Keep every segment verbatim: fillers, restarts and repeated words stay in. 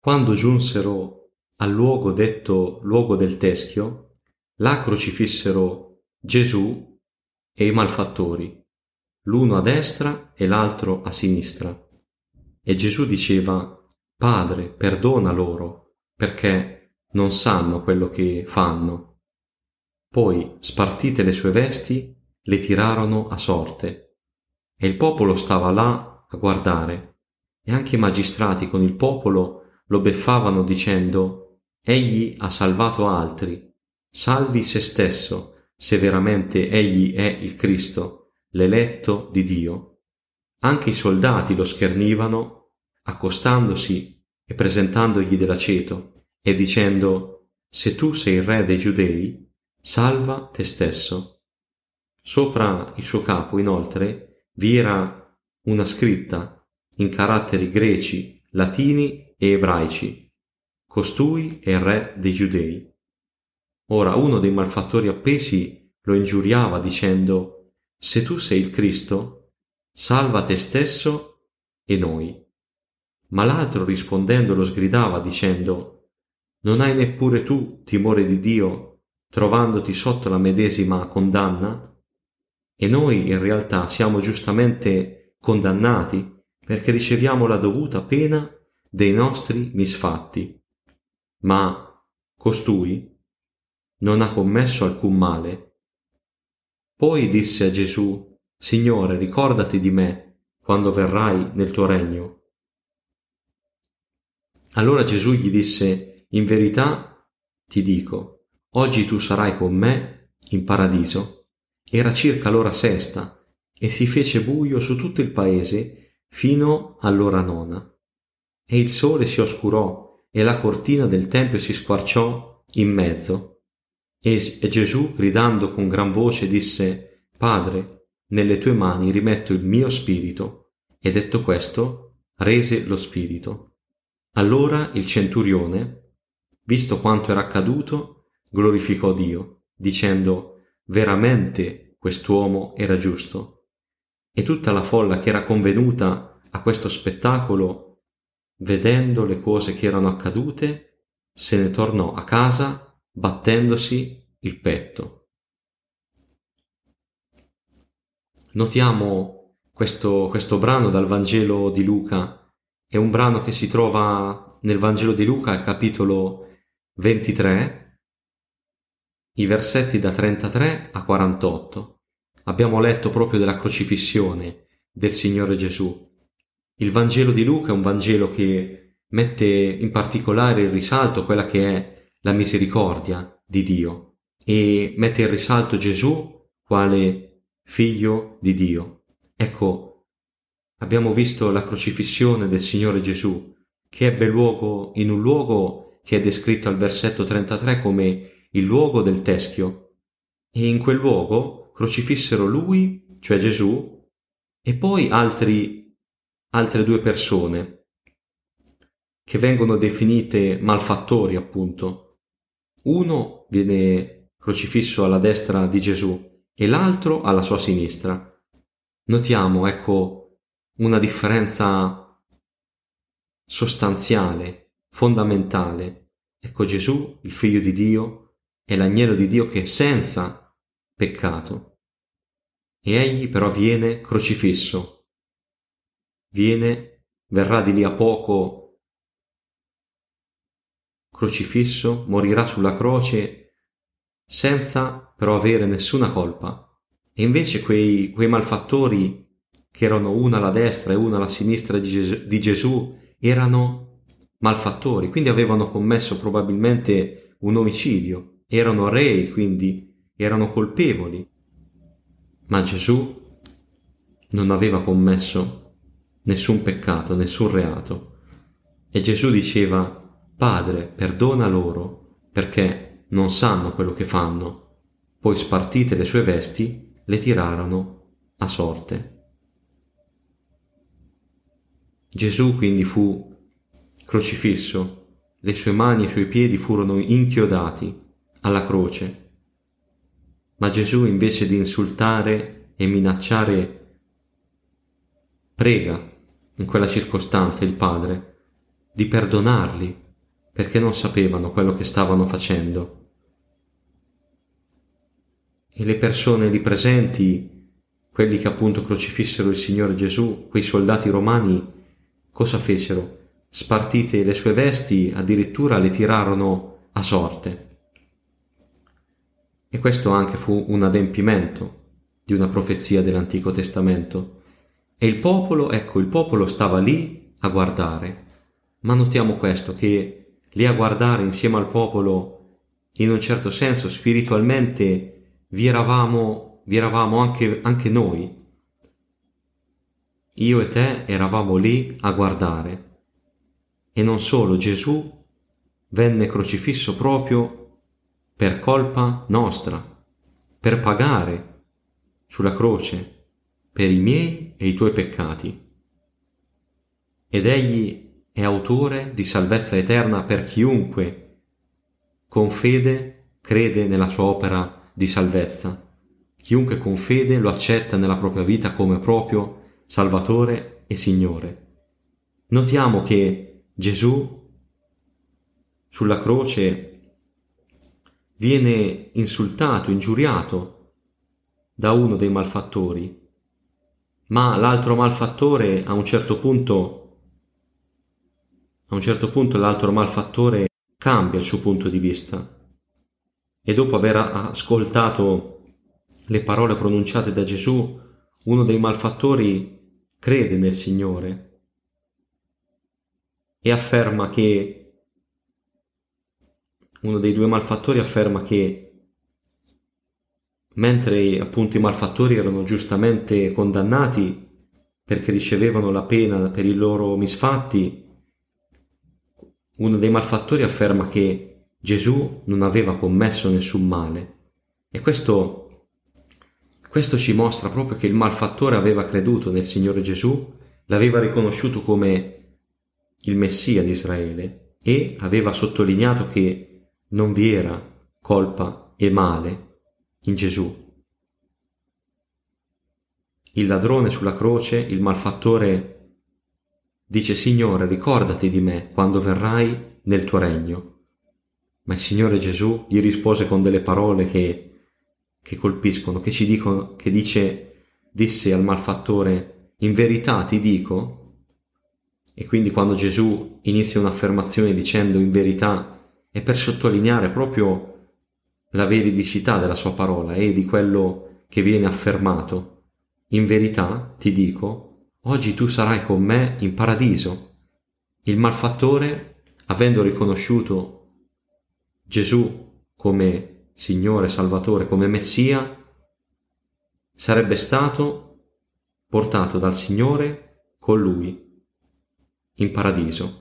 Quando giunsero al luogo detto luogo del teschio, là crocifissero Gesù e i malfattori, l'uno a destra e l'altro a sinistra. E Gesù diceva: Padre, perdona loro, perché non sanno quello che fanno. Poi, spartite le sue vesti, le tirarono a sorte. E il popolo stava là a guardare, e anche i magistrati con il popolo lo beffavano dicendo: Egli ha salvato altri, salvi se stesso, se veramente egli è il Cristo, l'eletto di Dio. Anche i soldati lo schernivano, accostandosi e presentandogli dell'aceto, e dicendo: Se tu sei il re dei Giudei, salva te stesso. Sopra il suo capo, inoltre, vi era una scritta in caratteri greci, latini e ebraici: Costui è il re dei Giudei. Ora uno dei malfattori appesi lo ingiuriava dicendo: Se tu sei il Cristo, salva te stesso e noi. Ma l'altro rispondendo lo sgridava dicendo: Non hai neppure tu timore di Dio, trovandoti sotto la medesima condanna? E noi in realtà siamo giustamente condannati perché riceviamo la dovuta pena dei nostri misfatti. Ma costui non ha commesso alcun male. Poi disse a Gesù: Signore, ricordati di me quando verrai nel tuo regno. Allora Gesù gli disse: In verità ti dico, oggi tu sarai con me in paradiso. Era circa l'ora sesta e si fece buio su tutto il paese fino all'ora nona. E il sole si oscurò e la cortina del tempio si squarciò in mezzo. E, e Gesù, gridando con gran voce, disse: Padre, nelle tue mani rimetto il mio spirito. E detto questo, rese lo spirito. Allora il centurione, visto quanto era accaduto, glorificò Dio, dicendo: Veramente quest'uomo era giusto. E tutta la folla che era convenuta a questo spettacolo, vedendo le cose che erano accadute, se ne tornò a casa battendosi il petto. Notiamo questo, questo brano dal Vangelo di Luca. È un brano che si trova nel Vangelo di Luca al capitolo ventitré, i versetti da trentatré a quarantotto. Abbiamo letto proprio della crocifissione del Signore Gesù. Il Vangelo di Luca è un Vangelo che mette in particolare in risalto quella che è la misericordia di Dio e mette in risalto Gesù quale figlio di Dio. Ecco, abbiamo visto la crocifissione del Signore Gesù, che ebbe luogo in un luogo che è descritto al versetto trentatré come il luogo del teschio, e in quel luogo crocifissero lui, cioè Gesù, e poi altri, altre due persone che vengono definite malfattori, appunto. Uno viene crocifisso alla destra di Gesù e l'altro alla sua sinistra. Notiamo, ecco, una differenza sostanziale, fondamentale. Ecco, Gesù, il figlio di Dio, è l'agnello di Dio che è senza peccato. E egli però viene crocifisso. Viene, verrà di lì a poco crocifisso, morirà sulla croce senza però avere nessuna colpa. E invece quei, quei malfattori che erano una alla destra e una alla sinistra di Gesù, di Gesù erano malfattori, quindi avevano commesso probabilmente un omicidio. Erano rei, quindi erano colpevoli. Ma Gesù non aveva commesso nessun peccato, nessun reato. E Gesù diceva: Padre, perdona loro, perché non sanno quello che fanno. Poi, spartite le sue vesti, le tirarono a sorte. Gesù quindi fu crocifisso, le sue mani e i suoi piedi furono inchiodati alla croce. Ma Gesù, invece di insultare e minacciare, prega in quella circostanza il Padre di perdonarli perché non sapevano quello che stavano facendo. E le persone lì presenti, quelli che appunto crocifissero il Signore Gesù, quei soldati romani, cosa fecero? Spartite le sue vesti, addirittura le tirarono a sorte. E questo anche fu un adempimento di una profezia dell'Antico Testamento. E il popolo, ecco, il popolo stava lì a guardare. Ma notiamo questo, che lì a guardare insieme al popolo, in un certo senso, spiritualmente, vi eravamo, vi eravamo anche, anche noi. Io e te eravamo lì a guardare. E non solo, Gesù venne crocifisso proprio per colpa nostra, per pagare sulla croce per i miei e i tuoi peccati. Ed egli è autore di salvezza eterna per chiunque con fede crede nella sua opera di salvezza. Chiunque con fede lo accetta nella propria vita come proprio Salvatore e Signore. Notiamo che Gesù sulla croce viene insultato, ingiuriato da uno dei malfattori, ma l'altro malfattore a un certo punto a un certo punto l'altro malfattore cambia il suo punto di vista e dopo aver ascoltato le parole pronunciate da Gesù, uno dei malfattori crede nel Signore e afferma che uno dei due malfattori afferma che mentre appunto i malfattori erano giustamente condannati perché ricevevano la pena per i loro misfatti, uno dei malfattori afferma che Gesù non aveva commesso nessun male. E questo, questo ci mostra proprio che il malfattore aveva creduto nel Signore Gesù, l'aveva riconosciuto come il Messia di Israele e aveva sottolineato che non vi era colpa e male in Gesù. Il ladrone sulla croce, il malfattore, dice: Signore, ricordati di me quando verrai nel tuo regno. Ma il Signore Gesù gli rispose con delle parole che, che colpiscono, che ci dicono, che dice, disse al malfattore: in verità ti dico. E quindi quando Gesù inizia un'affermazione dicendo in verità, è per sottolineare proprio la veridicità della sua parola e di quello che viene affermato. In verità ti dico, oggi tu sarai con me in paradiso. Il malfattore, avendo riconosciuto Gesù come Signore, Salvatore, come Messia, sarebbe stato portato dal Signore con lui in paradiso.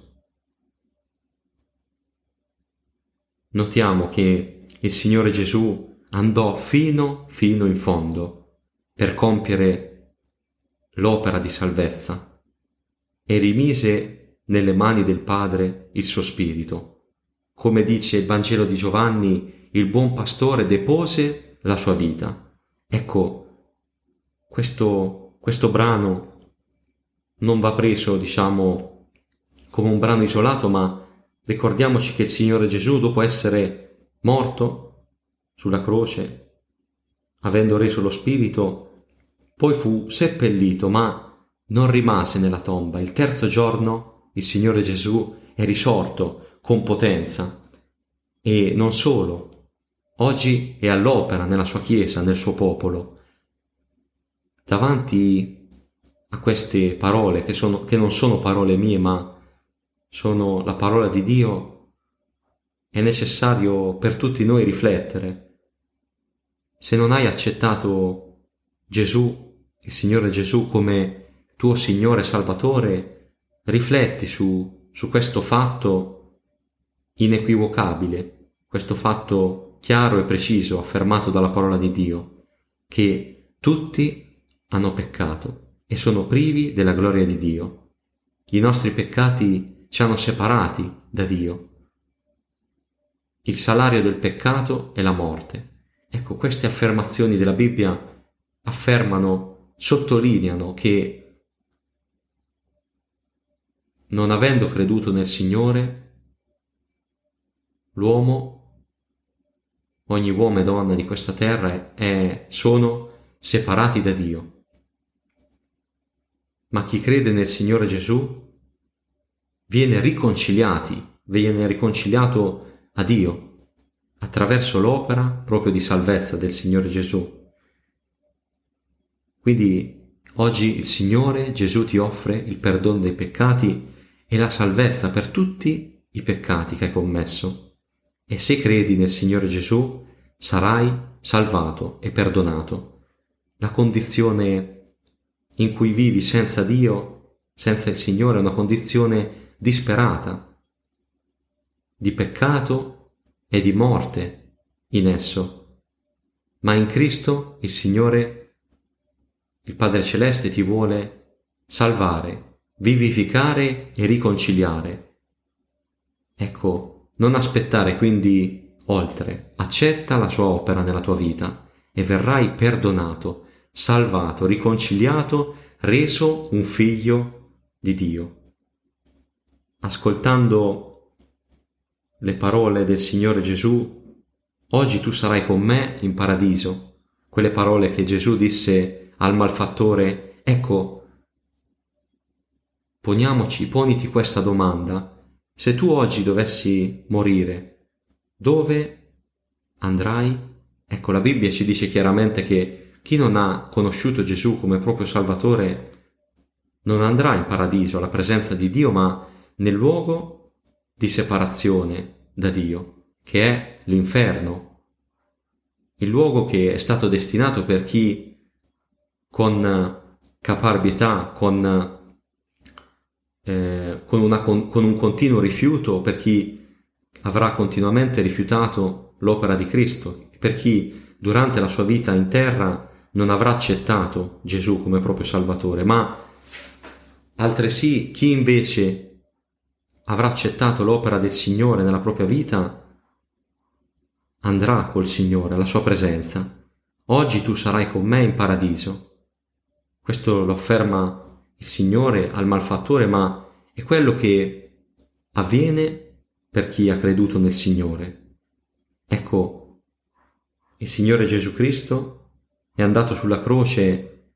Notiamo che il Signore Gesù andò fino, fino in fondo per compiere l'opera di salvezza e rimise nelle mani del Padre il suo spirito. Come dice il Vangelo di Giovanni, il buon pastore depose la sua vita. Ecco, questo, questo brano non va preso, diciamo, come un brano isolato, ma ricordiamoci che il Signore Gesù, dopo essere morto sulla croce, avendo reso lo spirito, poi fu seppellito, ma non rimase nella tomba. Il terzo giorno il Signore Gesù è risorto con potenza e non solo, oggi è all'opera nella sua Chiesa, nel suo popolo. Davanti a queste parole, che, sono, che non sono parole mie, ma sono la parola di Dio, è necessario per tutti noi riflettere. Se non hai accettato Gesù, il Signore Gesù, come tuo Signore Salvatore, rifletti su, su questo fatto inequivocabile, questo fatto chiaro e preciso affermato dalla parola di Dio, che tutti hanno peccato e sono privi della gloria di Dio. I nostri peccati ci hanno separati da Dio. Il salario del peccato è la morte. Ecco, queste affermazioni della Bibbia affermano, sottolineano che non avendo creduto nel Signore, l'uomo, ogni uomo e donna di questa terra è, sono separati da Dio. Ma chi crede nel Signore Gesù viene riconciliati, viene riconciliato a Dio attraverso l'opera proprio di salvezza del Signore Gesù. Quindi oggi il Signore Gesù ti offre il perdono dei peccati e la salvezza per tutti i peccati che hai commesso. E se credi nel Signore Gesù sarai salvato e perdonato. La condizione in cui vivi senza Dio, senza il Signore, è una condizione disperata, di peccato e di morte in esso. Ma in Cristo il Signore, il Padre Celeste, ti vuole salvare, vivificare e riconciliare. Ecco, non aspettare quindi oltre, accetta la sua opera nella tua vita e verrai perdonato, salvato, riconciliato, reso un figlio di Dio. Ascoltando le parole del Signore Gesù, oggi tu sarai con me in paradiso. Quelle parole che Gesù disse al malfattore, ecco, poniamoci, poniti questa domanda, se tu oggi dovessi morire, dove andrai? Ecco, la Bibbia ci dice chiaramente che chi non ha conosciuto Gesù come proprio Salvatore non andrà in paradiso alla presenza di Dio, ma nel luogo di separazione da Dio, che è l'inferno, il luogo che è stato destinato per chi con caparbietà, con, eh, con, una, con, con un continuo rifiuto, per chi avrà continuamente rifiutato l'opera di Cristo, per chi durante la sua vita in terra non avrà accettato Gesù come proprio Salvatore, ma altresì chi invece avrà accettato l'opera del Signore nella propria vita, andrà col Signore alla sua presenza. Oggi tu sarai con me in paradiso. Questo lo afferma il Signore al malfattore, ma è quello che avviene per chi ha creduto nel Signore. Ecco, il Signore Gesù Cristo è andato sulla croce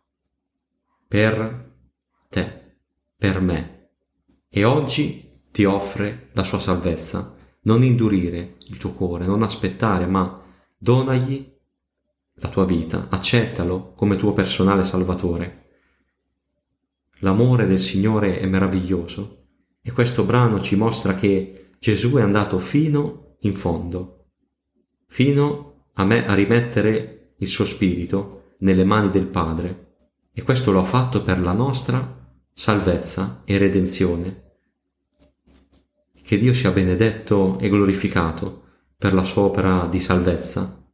per te, per me. E oggi ti offre la sua salvezza. Non indurire il tuo cuore, non aspettare, ma donagli la tua vita, accettalo come tuo personale Salvatore. L'amore del Signore è meraviglioso e questo brano ci mostra che Gesù è andato fino in fondo, fino a, me, a rimettere il suo spirito nelle mani del Padre, e questo lo ha fatto per la nostra salvezza e redenzione. Che Dio sia benedetto e glorificato per la sua opera di salvezza.